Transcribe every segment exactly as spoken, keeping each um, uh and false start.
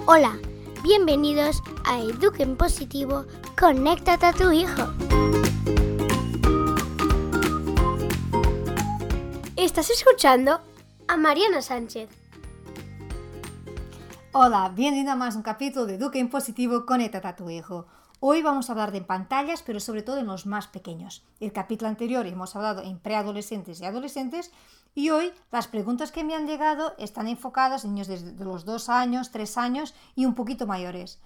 Hola, bienvenidos a Educa en Positivo, conéctate a tu hijo. Estás escuchando a Mariana Sánchez. Hola, bienvenido a más un capítulo de Educa en Positivo, conéctate a tu hijo. Hoy vamos a hablar de pantallas, pero sobre todo en los más pequeños. El capítulo anterior hemos hablado en preadolescentes y adolescentes y hoy las preguntas que me han llegado están enfocadas en niños desde los dos años, tres años y un poquito mayores.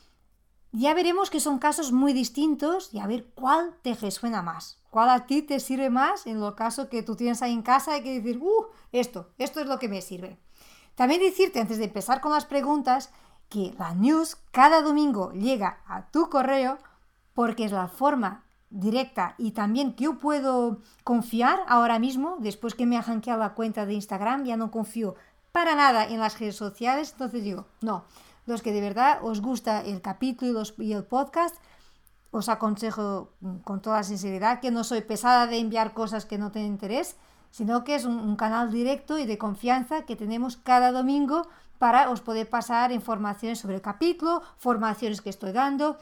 Ya veremos que son casos muy distintos y a ver cuál te resuena más, cuál a ti te sirve más en lo caso que tú tienes ahí en casa y que decir, uh, esto, esto es lo que me sirve. También decirte, antes de empezar con las preguntas, que la news cada domingo llega a tu correo porque es la forma directa y también que yo puedo confiar ahora mismo, después que me ha hackeado la cuenta de Instagram, ya no confío para nada en las redes sociales, entonces digo, no, los que de verdad os gusta el capítulo y, los, y el podcast, os aconsejo con toda sinceridad que no soy pesada de enviar cosas que no tienen interés, sino que es un, un canal directo y de confianza que tenemos cada domingo para os poder pasar informaciones sobre el capítulo, formaciones que estoy dando.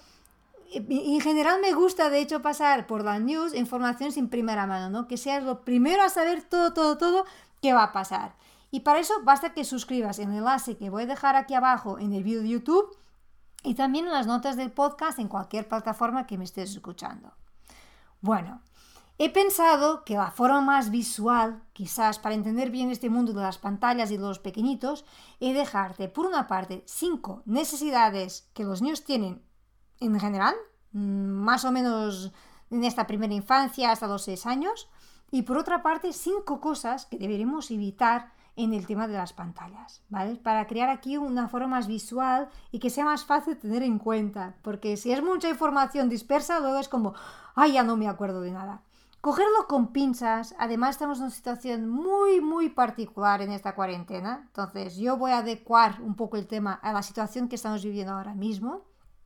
En general me gusta, de hecho, pasar por la news informaciones en primera mano, ¿no? Que seas lo primero a saber todo, todo, todo qué va a pasar. Y para eso basta que suscribas en el enlace que voy a dejar aquí abajo en el vídeo de YouTube y también en las notas del podcast en cualquier plataforma que me estés escuchando. Bueno, he pensado que la forma más visual, quizás para entender bien este mundo de las pantallas y de los pequeñitos, es dejarte, por una parte, cinco necesidades que los niños tienen en general, más o menos en esta primera infancia hasta los seis años, y por otra parte, cinco cosas que deberemos evitar en el tema de las pantallas, ¿vale? Para crear aquí una forma más visual y que sea más fácil tener en cuenta, porque si es mucha información dispersa, luego es como, ay, ya no me acuerdo de nada. Cogerlo con pinzas, además estamos en una situación muy, muy particular en esta cuarentena, entonces yo voy a adecuar un poco el tema a la situación que estamos viviendo ahora mismo.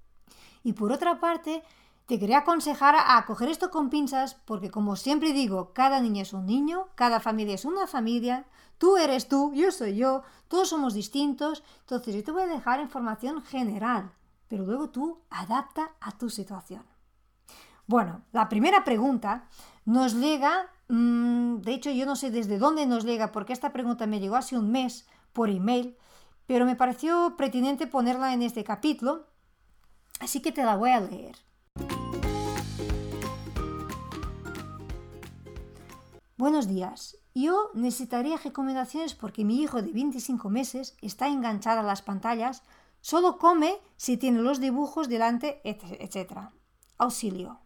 Y por otra parte, te quería aconsejar a, a coger esto con pinzas porque, como siempre digo, cada niño es un niño, cada familia es una familia, tú eres tú, yo soy yo, todos somos distintos, entonces yo te voy a dejar información general, pero luego tú adapta a tu situación. Bueno, la primera pregunta nos llega, mmm, de hecho yo no sé desde dónde nos llega, porque esta pregunta me llegó hace un mes por email, pero me pareció pertinente ponerla en este capítulo, así que te la voy a leer. Buenos días, yo necesitaría recomendaciones porque mi hijo de veinticinco meses está enganchado a las pantallas, solo come si tiene los dibujos delante, etcétera. Auxilio.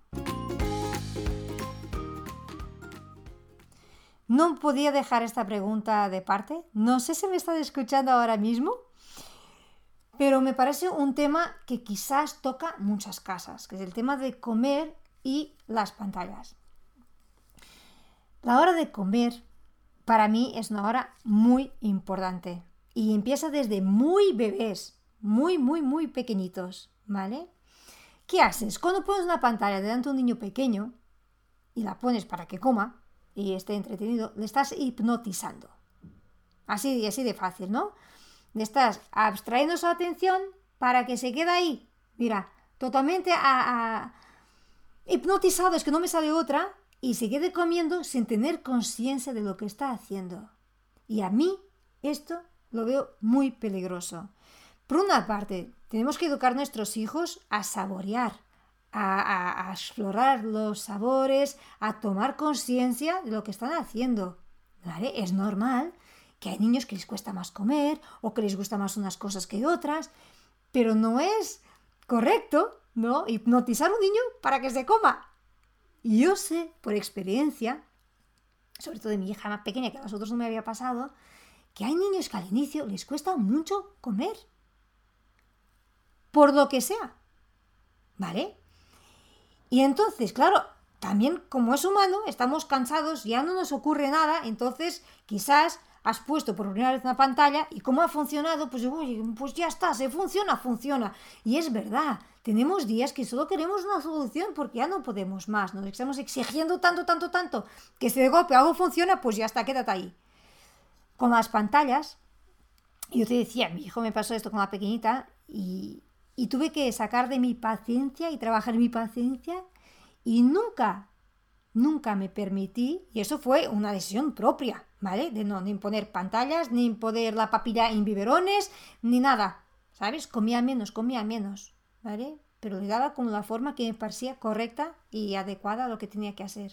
No podía dejar esta pregunta de parte. No sé si me estás escuchando ahora mismo, pero me parece un tema que quizás toca muchas casas, que es el tema de comer y las pantallas. La hora de comer para mí es una hora muy importante y empieza desde muy bebés, muy, muy, muy pequeñitos, ¿vale? ¿Qué haces? Cuando pones una pantalla delante de un niño pequeño y la pones para que coma y esté entretenido, le estás hipnotizando. Así, así de fácil, ¿no? Le estás abstrayendo su atención para que se quede ahí, mira, totalmente a, a, hipnotizado, es que no me sale otra, y se quede comiendo sin tener conciencia de lo que está haciendo. Y a mí esto lo veo muy peligroso. Por una parte, tenemos que educar a nuestros hijos a saborear, a, a, a explorar los sabores, a tomar conciencia de lo que están haciendo, ¿vale? Es normal que hay niños que les cuesta más comer o que les gustan más unas cosas que otras, pero no es correcto, ¿no? Hipnotizar a un niño para que se coma. Y yo sé, por experiencia, sobre todo de mi hija más pequeña, que a nosotros no me había pasado, que hay niños que al inicio les cuesta mucho comer. Por lo que sea, ¿vale? Y entonces, claro, también como es humano, estamos cansados, ya no nos ocurre nada, entonces quizás has puesto por primera vez una pantalla y cómo ha funcionado, pues, uy, pues ya está, se funciona, funciona. Y es verdad, tenemos días que solo queremos una solución porque ya no podemos más, nos estamos exigiendo tanto, tanto, tanto, que si de golpe algo funciona, pues ya está, quédate ahí. Con las pantallas, yo te decía, mi hijo me pasó esto con la pequeñita, y, y tuve que sacar de mi paciencia y trabajar mi paciencia y nunca, nunca me permití, y eso fue una decisión propia, ¿vale? De no ni poner pantallas, ni poner la papilla en biberones, ni nada, ¿sabes? Comía menos, comía menos, ¿vale? Pero le daba con la forma que me parecía correcta y adecuada a lo que tenía que hacer.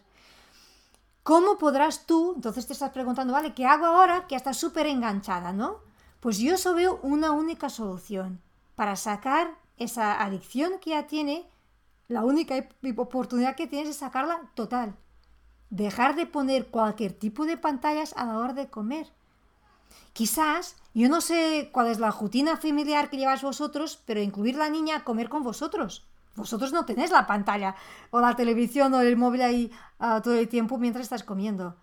¿Cómo podrás tú? Entonces te estás preguntando, ¿vale? ¿Qué hago ahora que estás súper enganchada, ¿no? Pues yo solo veo una única solución para sacar esa adicción que ya tiene. La única oportunidad que tienes es sacarla total. Dejar de poner cualquier tipo de pantallas a la hora de comer. Quizás, yo no sé cuál es la rutina familiar que lleváis vosotros, pero incluir a la niña a comer con vosotros. Vosotros no tenéis la pantalla o la televisión o el móvil ahí uh, todo el tiempo mientras estás comiendo.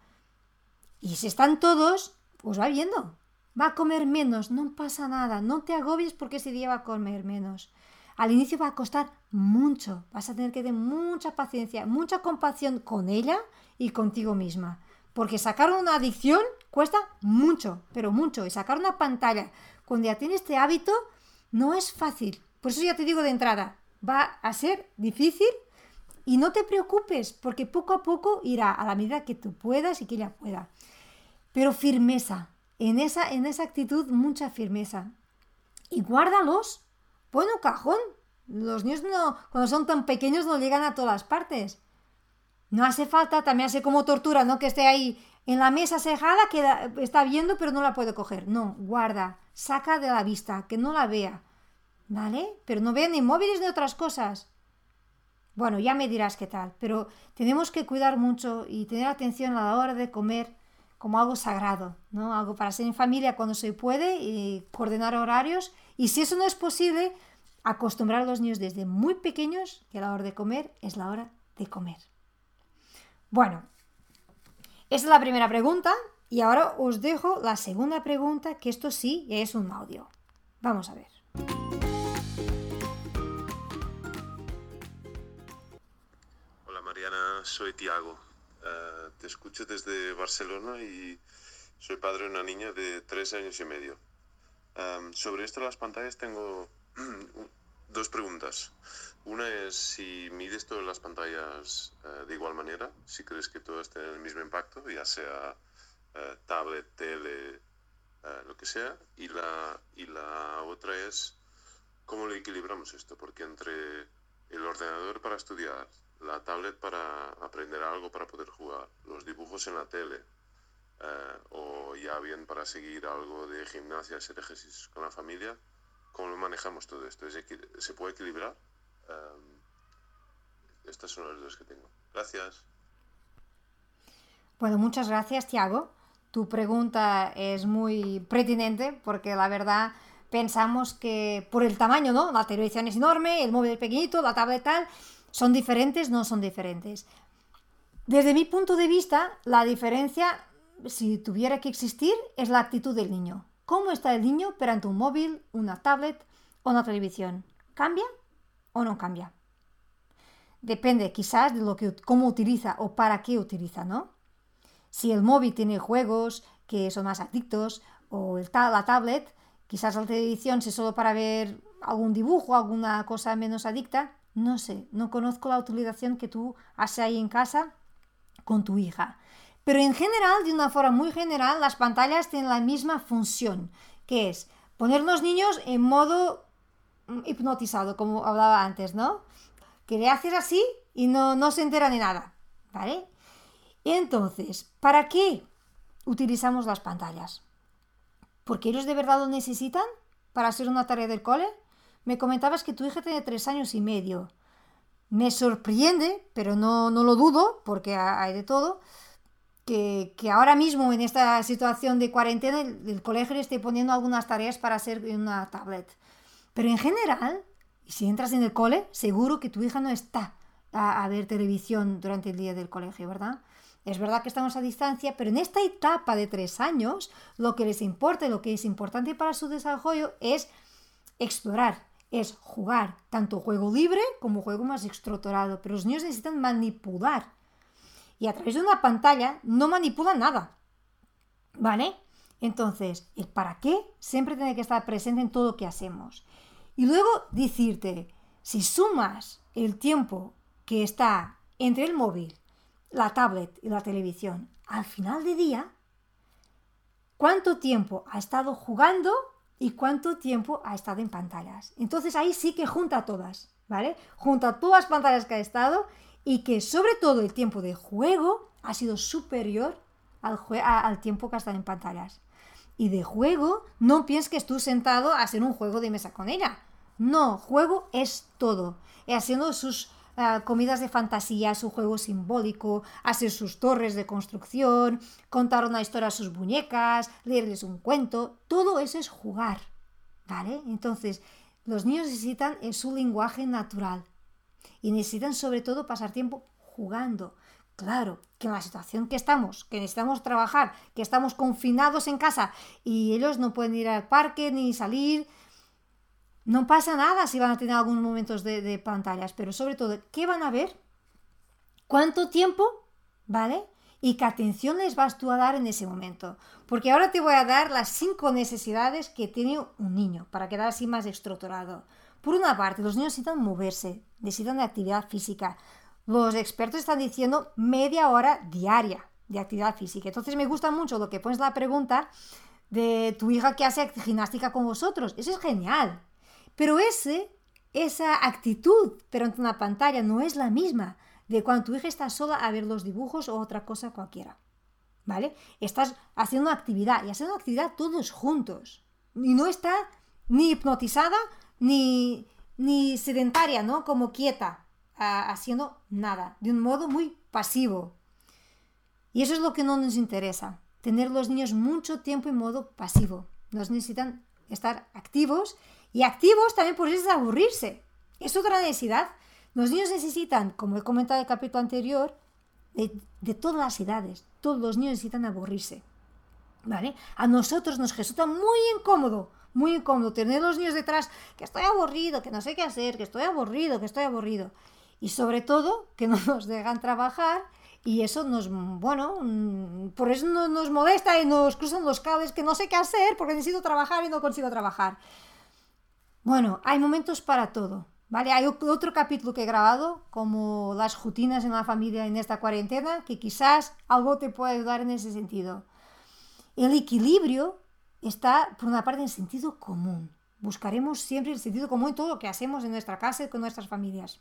Y si están todos, pues va viendo. Va a comer menos, no pasa nada. No te agobies porque ese día va a comer menos. Al inicio va a costar mucho. Vas a tener que tener mucha paciencia, mucha compasión con ella y contigo misma. Porque sacar una adicción cuesta mucho, pero mucho. Y sacar una pantalla cuando ya tienes este hábito no es fácil. Por eso ya te digo de entrada, va a ser difícil y no te preocupes porque poco a poco irá a la medida que tú puedas y que ella pueda. Pero firmeza, en esa, en esa actitud mucha firmeza. Y guárdalos, pon un cajón. Los niños no, cuando son tan pequeños no llegan a todas partes. No hace falta, también hace como tortura, ¿no? Que esté ahí en la mesa cejada, que está viendo pero no la puede coger. No, guarda, saca de la vista, que no la vea. ¿Vale? Pero no vea ni móviles ni otras cosas. Bueno, ya me dirás qué tal, pero tenemos que cuidar mucho y tener atención a la hora de comer como algo sagrado, ¿no? Algo para ser en familia cuando se puede y coordinar horarios. Y si eso no es posible, acostumbrar a los niños desde muy pequeños que a la hora de comer es la hora de comer. Bueno, esa es la primera pregunta y ahora os dejo la segunda pregunta, que esto sí es un audio. Vamos a ver. Hola Mariana, soy Tiago. Uh, te escucho desde Barcelona y soy padre de una niña de tres años y medio. Um, sobre esto de las pantallas tengo dos preguntas. Una es si mides todas las pantallas uh, de igual manera, si crees que todas tienen el mismo impacto, ya sea uh, tablet, tele, uh, lo que sea. Y la, y la otra es cómo lo equilibramos esto, porque entre el ordenador para estudiar, la tablet para aprender algo, para poder jugar, los dibujos en la tele, eh, o ya bien para seguir algo de gimnasia, hacer ejercicios con la familia, ¿cómo lo manejamos todo esto? ¿Se puede equilibrar? Eh, estas son las dos que tengo. Gracias. Bueno, muchas gracias, Tiago. Tu pregunta es muy pertinente porque la verdad pensamos que por el tamaño, ¿no? La televisión es enorme, el móvil es pequeñito, la tablet tal... ¿Son diferentes? No son diferentes. Desde mi punto de vista, la diferencia, si tuviera que existir, es la actitud del niño. ¿Cómo está el niño perante un móvil, una tablet o una televisión? ¿Cambia o no cambia? Depende quizás de lo que, cómo utiliza o para qué utiliza, ¿no? Si el móvil tiene juegos que son más adictos o el ta- la tablet, quizás la televisión es solo para ver algún dibujo, alguna cosa menos adicta. No sé, no conozco la utilización que tú haces ahí en casa con tu hija. Pero en general, de una forma muy general, las pantallas tienen la misma función, que es poner los niños en modo hipnotizado, como hablaba antes, ¿no? Que le haces así y no, no se entera de nada, ¿vale? Entonces, ¿para qué utilizamos las pantallas? ¿Porque ellos de verdad lo necesitan para hacer una tarea del cole? Me comentabas que tu hija tiene tres años y medio. Me sorprende, pero no, no lo dudo, porque hay de todo, que, que ahora mismo en esta situación de cuarentena el, el colegio le esté poniendo algunas tareas para hacer en una tablet. Pero en general, si entras en el cole, seguro que tu hija no está a, a ver televisión durante el día del colegio, ¿verdad? Es verdad que estamos a distancia, pero en esta etapa de tres años, lo que les importa y lo que es importante para su desarrollo es explorar. Es jugar, tanto juego libre como juego más estructurado. Pero los niños necesitan manipular. Y a través de una pantalla no manipulan nada. ¿Vale? Entonces, el para qué siempre tiene que estar presente en todo lo que hacemos. Y luego decirte, si sumas el tiempo que está entre el móvil, la tablet y la televisión, al final del día, cuánto tiempo ha estado jugando y cuánto tiempo ha estado en pantallas. Entonces ahí sí que junta todas, ¿vale? Junta todas las pantallas que ha estado y que sobre todo el tiempo de juego ha sido superior al, jue- a- al tiempo que ha estado en pantallas. Y de juego, no pienses que estás sentado a hacer un juego de mesa con ella. No, juego es todo. Haciendo sus uh, comidas de fantasía, su juego simbólico, hacer sus torres de construcción, contar una historia a sus muñecas, leerles un cuento. Todo eso es jugar, ¿vale? Entonces, los niños necesitan su lenguaje natural y necesitan sobre todo pasar tiempo jugando. Claro, que en la situación que estamos, que necesitamos trabajar, que estamos confinados en casa y ellos no pueden ir al parque ni salir, no pasa nada si van a tener algunos momentos de, de pantallas, pero sobre todo, ¿qué van a ver? ¿Cuánto tiempo? ¿Vale? Y qué atención les vas tú a dar en ese momento. Porque ahora te voy a dar las cinco necesidades que tiene un niño, para quedar así más estructurado. Por una parte, los niños necesitan moverse, necesitan de actividad física. Los expertos están diciendo media hora diaria de actividad física. Entonces me gusta mucho lo que pones la pregunta de tu hija que hace gimnástica con vosotros. Eso es genial. Pero ese, esa actitud perante una pantalla no es la misma de cuando tu hija está sola a ver los dibujos o otra cosa cualquiera. ¿Vale? Estás haciendo actividad y haciendo actividad todos juntos. Y no está ni hipnotizada ni, ni sedentaria, ¿no? Como quieta. Haciendo nada, de un modo muy pasivo. Y eso es lo que no nos interesa, tener los niños mucho tiempo en modo pasivo. Nos necesitan estar activos y activos también por eso es aburrirse. Es otra necesidad. Los niños necesitan, como he comentado en el capítulo anterior, de, de todas las edades. Todos los niños necesitan aburrirse. ¿Vale? A nosotros nos resulta muy incómodo, muy incómodo tener los niños detrás, que estoy aburrido, que no sé qué hacer, que estoy aburrido, que estoy aburrido. Y sobre todo, que no nos dejan trabajar y eso nos, bueno, por eso nos molesta y nos cruzan los cables, que no sé qué hacer porque necesito trabajar y no consigo trabajar. Bueno, hay momentos para todo, ¿vale? Hay otro capítulo que he grabado, como las rutinas en la familia en esta cuarentena, que quizás algo te pueda ayudar en ese sentido. El equilibrio está, por una parte, en el sentido común. Buscaremos siempre el sentido común en todo lo que hacemos en nuestra casa y con nuestras familias.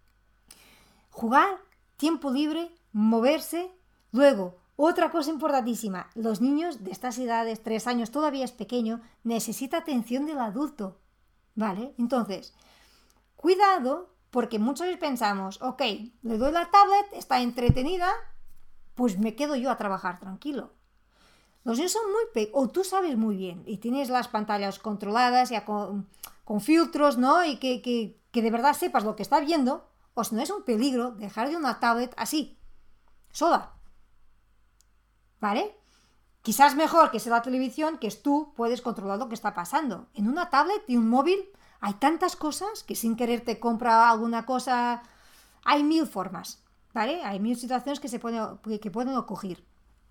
Jugar, tiempo libre, moverse. Luego, otra cosa importantísima, los niños de estas edades, tres años, todavía es pequeño, necesita atención del adulto, ¿vale? Entonces, cuidado, porque muchas veces pensamos, ok, le doy la tablet, está entretenida, pues me quedo yo a trabajar tranquilo. Los niños son muy pequeños, o tú sabes muy bien, y tienes las pantallas controladas, ya con, con filtros, ¿no? Y que, que, que de verdad sepas lo que está viendo. O si no es un peligro dejar de una tablet así, sola. ¿Vale? Quizás mejor que sea la televisión, que es tú puedes controlar lo que está pasando. En una tablet y un móvil hay tantas cosas que sin querer te compra alguna cosa. Hay mil formas, ¿vale? Hay mil situaciones que, se pueden, que pueden ocurrir.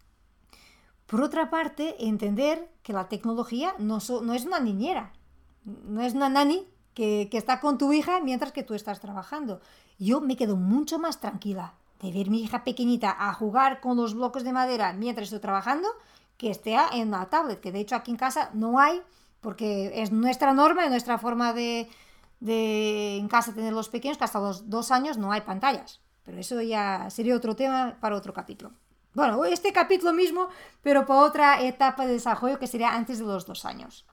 Por otra parte, entender que la tecnología no, so, no es una niñera, no es una nani que, que está con tu hija mientras que tú estás trabajando. Yo me quedo mucho más tranquila de ver a mi hija pequeñita a jugar con los bloques de madera mientras estoy trabajando que esté en la tablet, que de hecho aquí en casa no hay, porque es nuestra norma y nuestra forma de, de en casa tener los pequeños, que hasta los dos años no hay pantallas. Pero eso ya sería otro tema para otro capítulo. Bueno, este capítulo mismo, pero para otra etapa de desarrollo que sería antes de los dos años.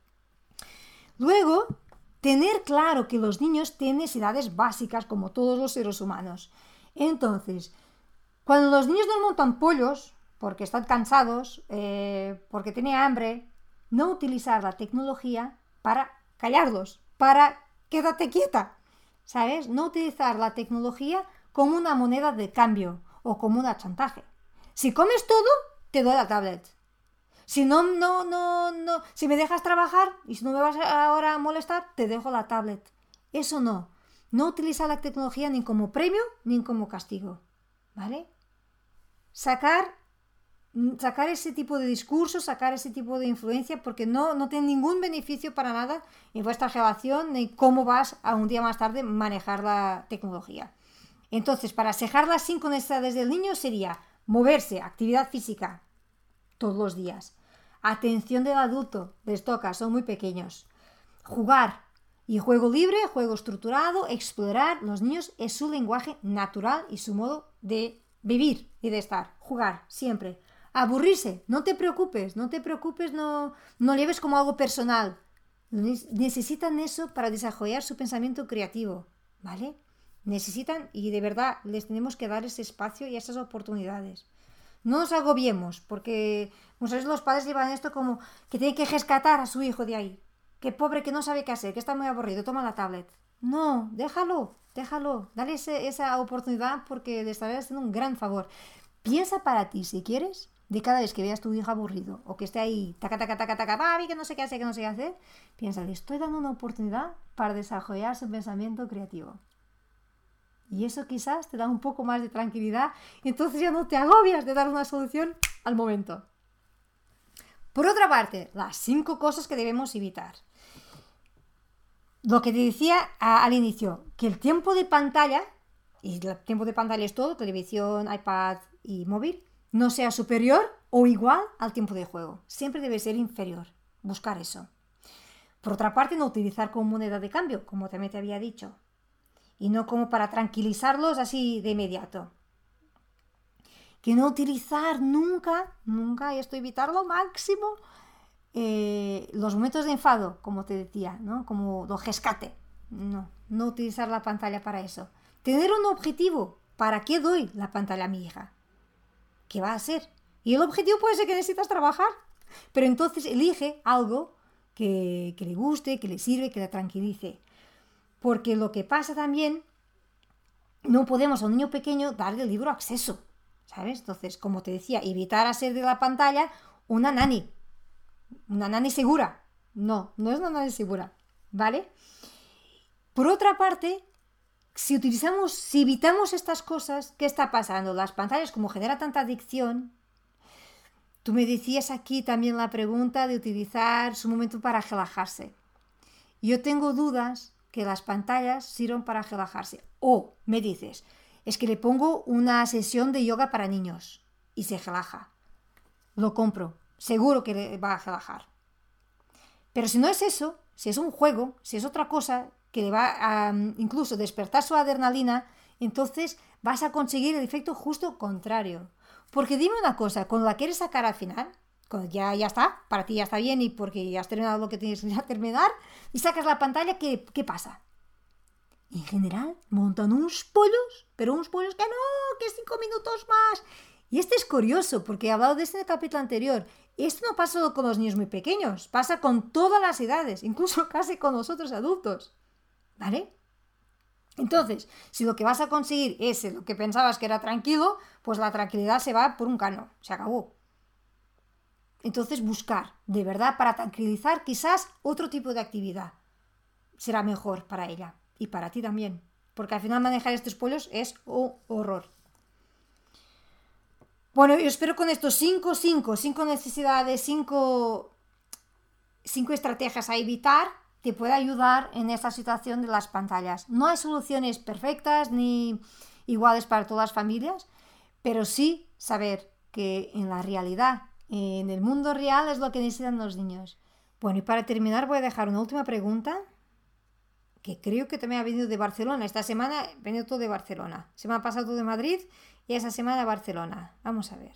Luego, tener claro que los niños tienen necesidades básicas como todos los seres humanos. Entonces, cuando los niños nos montan pollos, porque están cansados, eh, porque tienen hambre, no utilizar la tecnología para callarlos, para quédate quieta, ¿sabes? No utilizar la tecnología como una moneda de cambio o como un chantaje. Si comes todo, te doy la tablet. Si no, no, no, no, si me dejas trabajar y si no me vas ahora a molestar, te dejo la tablet. Eso no. No utilizar la tecnología ni como premio ni como castigo, ¿vale? Sacar sacar ese tipo de discurso, sacar ese tipo de influencia, porque no, no tiene ningún beneficio para nada en vuestra relación ni cómo vas a un día más tarde manejar la tecnología. Entonces, para cejar las cinco necesidades del niño sería moverse, actividad física, todos los días. Atención del adulto, les toca, son muy pequeños. Jugar y juego libre, juego estructurado, explorar. Los niños es su lenguaje natural y su modo de vivir y de estar. Jugar, siempre. Aburrirse, no te preocupes, no te preocupes, no, no lleves como algo personal. Necesitan eso para desarrollar su pensamiento creativo, ¿vale? Necesitan, y de verdad les tenemos que dar ese espacio y esas oportunidades. No nos agobiemos, porque muchas veces los padres llevan esto como que tienen que rescatar a su hijo de ahí. Que pobre, que no sabe qué hacer, que está muy aburrido, toma la tablet. No, déjalo, déjalo, dale ese, esa oportunidad porque le estarás haciendo un gran favor. Piensa para ti, si quieres, de cada vez que veas a tu hijo aburrido o que esté ahí, taca, taca, taca, taca, papi, que no sé qué hacer, que no sé qué hacer, piensa, le estoy dando una oportunidad para desarrollar su pensamiento creativo. Y eso quizás te da un poco más de tranquilidad y entonces ya no te agobias de dar una solución al momento. Por otra parte, las cinco cosas que debemos evitar. Lo que te decía a, al inicio, que el tiempo de pantalla, y el tiempo de pantalla es todo, televisión, iPad y móvil, no sea superior o igual al tiempo de juego. Siempre debe ser inferior. Buscar eso. Por otra parte, no utilizar como moneda de cambio, como también te había dicho. Y no como para tranquilizarlos así de inmediato. Que no utilizar nunca, nunca, y esto evitarlo máximo, eh, los momentos de enfado, como te decía, ¿no? Como lo rescate. No, no utilizar la pantalla para eso. Tener un objetivo. ¿Para qué doy la pantalla a mi hija? ¿Qué va a ser? Y el objetivo puede ser que necesitas trabajar. Pero entonces elige algo que, que le guste, que le sirve, que le tranquilice. Porque lo que pasa también, no podemos a un niño pequeño darle el libro acceso, ¿sabes? Entonces, como te decía, evitar hacer de la pantalla una nani, una nani segura. No, no es una nani segura, ¿vale? Por otra parte, si utilizamos, si evitamos estas cosas, ¿qué está pasando? Las pantallas, como genera tanta adicción, tú me decías aquí también la pregunta de utilizar su momento para relajarse. Yo tengo dudas que las pantallas sirven para relajarse. O me dices, es que le pongo una sesión de yoga para niños y se relaja. Lo compro, seguro que le va a relajar. Pero si no es eso, si es un juego, si es otra cosa que le va a incluso despertar su adrenalina, entonces vas a conseguir el efecto justo contrario. Porque dime una cosa, cuando la quieres sacar al final, cuando ya, ya está, para ti ya está bien y porque ya has terminado lo que tienes que terminar, y sacas la pantalla, ¿qué, qué pasa? En general, montan unos pollos, pero unos pollos que no, que cinco minutos más. Y este es curioso, porque he hablado de este en el capítulo anterior. Esto no pasa solo con los niños muy pequeños, pasa con todas las edades, incluso casi con nosotros adultos. ¿Vale? Entonces, si lo que vas a conseguir es lo que pensabas que era tranquilo, pues la tranquilidad se va por un cano, se acabó. Entonces buscar, de verdad, para tranquilizar quizás otro tipo de actividad será mejor para ella y para ti también, porque al final manejar estos pollos es un horror. Bueno, yo espero con estos cinco, cinco, cinco necesidades, cinco, cinco estrategias a evitar, te pueda ayudar en esta situación de las pantallas. No hay soluciones perfectas ni iguales para todas las familias, pero sí saber que en la realidad, en el mundo real, es lo que necesitan los niños. Bueno, y para terminar voy a dejar una última pregunta que creo que también ha venido de Barcelona. Esta semana ha venido todo de Barcelona. Semana pasada todo de Madrid y esa semana de Barcelona. Vamos a ver.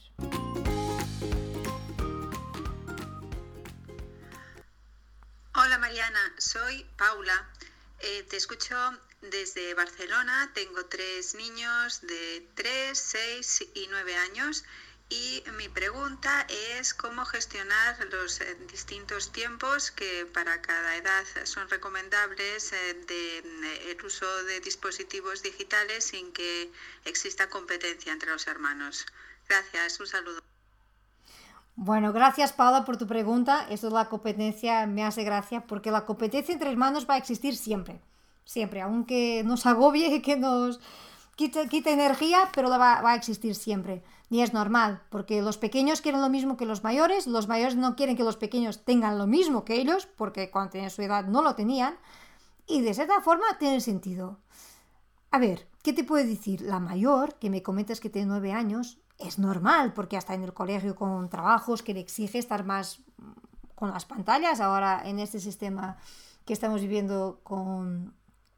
Hola Mariana, soy Paula. Eh, te escucho desde Barcelona. Tengo tres niños de tres, seis y nueve años. Y mi pregunta es cómo gestionar los eh, distintos tiempos que para cada edad son recomendables eh, de eh, el uso de dispositivos digitales sin que exista competencia entre los hermanos. Gracias, un saludo. Bueno, gracias Paula por tu pregunta. Esto de la competencia me hace gracia porque la competencia entre hermanos va a existir siempre, siempre, aunque nos agobie, que nos... quita, quita energía, pero va, va a existir siempre. Y es normal, porque los pequeños quieren lo mismo que los mayores, los mayores no quieren que los pequeños tengan lo mismo que ellos, porque cuando tenían su edad no lo tenían, y de cierta forma tiene sentido. A ver, ¿qué te puedo decir? La mayor, que me comentas que tiene nueve años, es normal, porque hasta en el colegio con trabajos que le exige estar más con las pantallas, ahora en este sistema que estamos viviendo con...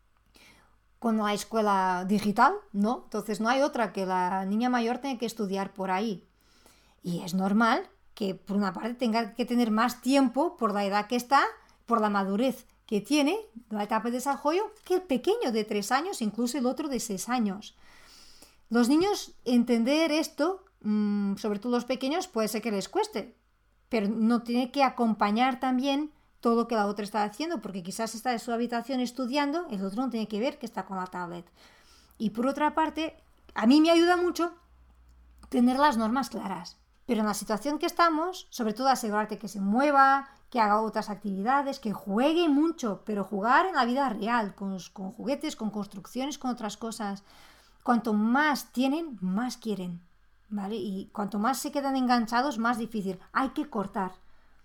con la escuela digital, ¿no? Entonces no hay otra que la niña mayor tenga que estudiar por ahí. Y es normal que por una parte tenga que tener más tiempo por la edad que está, por la madurez que tiene, la etapa de desarrollo, que el pequeño de tres años, incluso el otro de seis años. Los niños entender esto, mmm, sobre todo los pequeños, puede ser que les cueste, pero no tiene que acompañar también todo lo que la otra está haciendo, porque quizás está en su habitación estudiando, el otro no tiene que ver que está con la tablet. Y por otra parte, a mí me ayuda mucho tener las normas claras, pero en la situación que estamos, sobre todo asegurarte que se mueva, que haga otras actividades, que juegue mucho, pero jugar en la vida real, con, con juguetes, con construcciones, con otras cosas. Cuanto más tienen, más quieren, ¿vale? Y cuanto más se quedan enganchados, más difícil. Hay que cortar.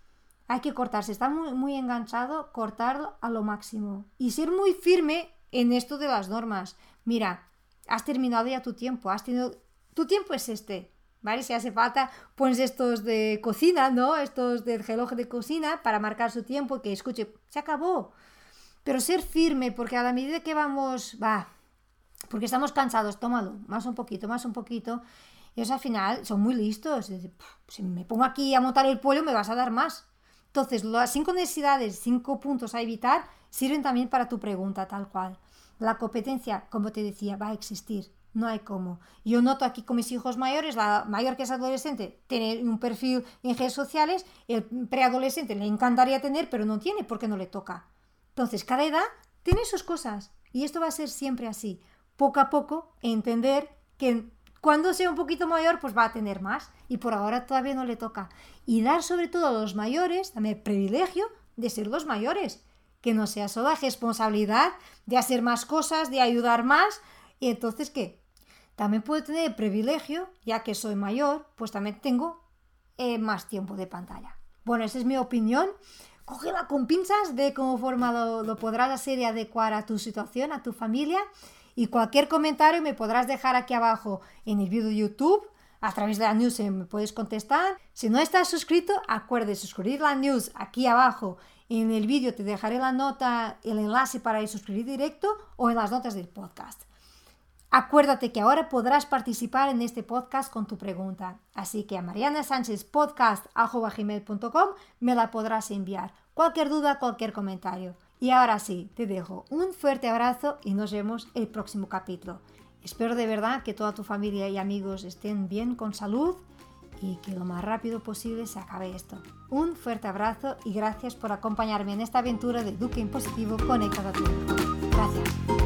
Hay que cortar, si está muy, muy enganchado, cortarlo a lo máximo. Y ser muy firme en esto de las normas. Mira, has terminado ya tu tiempo, has tenido... Tu tiempo es este, ¿vale? Si hace falta, pones estos de cocina, ¿no? Estos del reloj de cocina para marcar su tiempo, que escuche, se acabó. Pero ser firme, porque a la medida que vamos, va, porque estamos cansados, tómalo, más un poquito, más un poquito. Y ellos al final son muy listos. Si me pongo aquí a montar el pollo, me vas a dar más. Entonces, las cinco necesidades, cinco puntos a evitar, sirven también para tu pregunta, tal cual. La competencia, como te decía, va a existir, no hay cómo. Yo noto aquí con mis hijos mayores, la mayor que es adolescente tiene un perfil en redes sociales, el preadolescente le encantaría tener, pero no tiene porque no le toca. Entonces, cada edad tiene sus cosas y esto va a ser siempre así. Poco a poco, entender que cuando sea un poquito mayor, pues va a tener más. Y por ahora todavía no le toca. Y dar sobre todo a los mayores también el privilegio de ser los mayores. Que no sea solo la responsabilidad de hacer más cosas, de ayudar más. Y entonces, ¿qué? También puedo tener el privilegio, ya que soy mayor, pues también tengo eh, más tiempo de pantalla. Bueno, esa es mi opinión. Cógela con pinzas, ve cómo forma lo, lo podrás hacer y adecuar a tu situación, a tu familia. Y cualquier comentario me podrás dejar aquí abajo en el vídeo de YouTube, a través de la news me puedes contestar. Si no estás suscrito, acuérdate de suscribir la news aquí abajo. En el vídeo te dejaré la nota, el enlace para ir suscribir directo o en las notas del podcast. Acuérdate que ahora podrás participar en este podcast con tu pregunta. Así que a mariana sánchez podcast arroba gmail punto com me la podrás enviar. Cualquier duda, cualquier comentario. Y ahora sí, te dejo un fuerte abrazo y nos vemos el próximo capítulo. Espero de verdad que toda tu familia y amigos estén bien, con salud y que lo más rápido posible se acabe esto. Un fuerte abrazo y gracias por acompañarme en esta aventura de Educa en Positivo conectado a tu hijo. Gracias.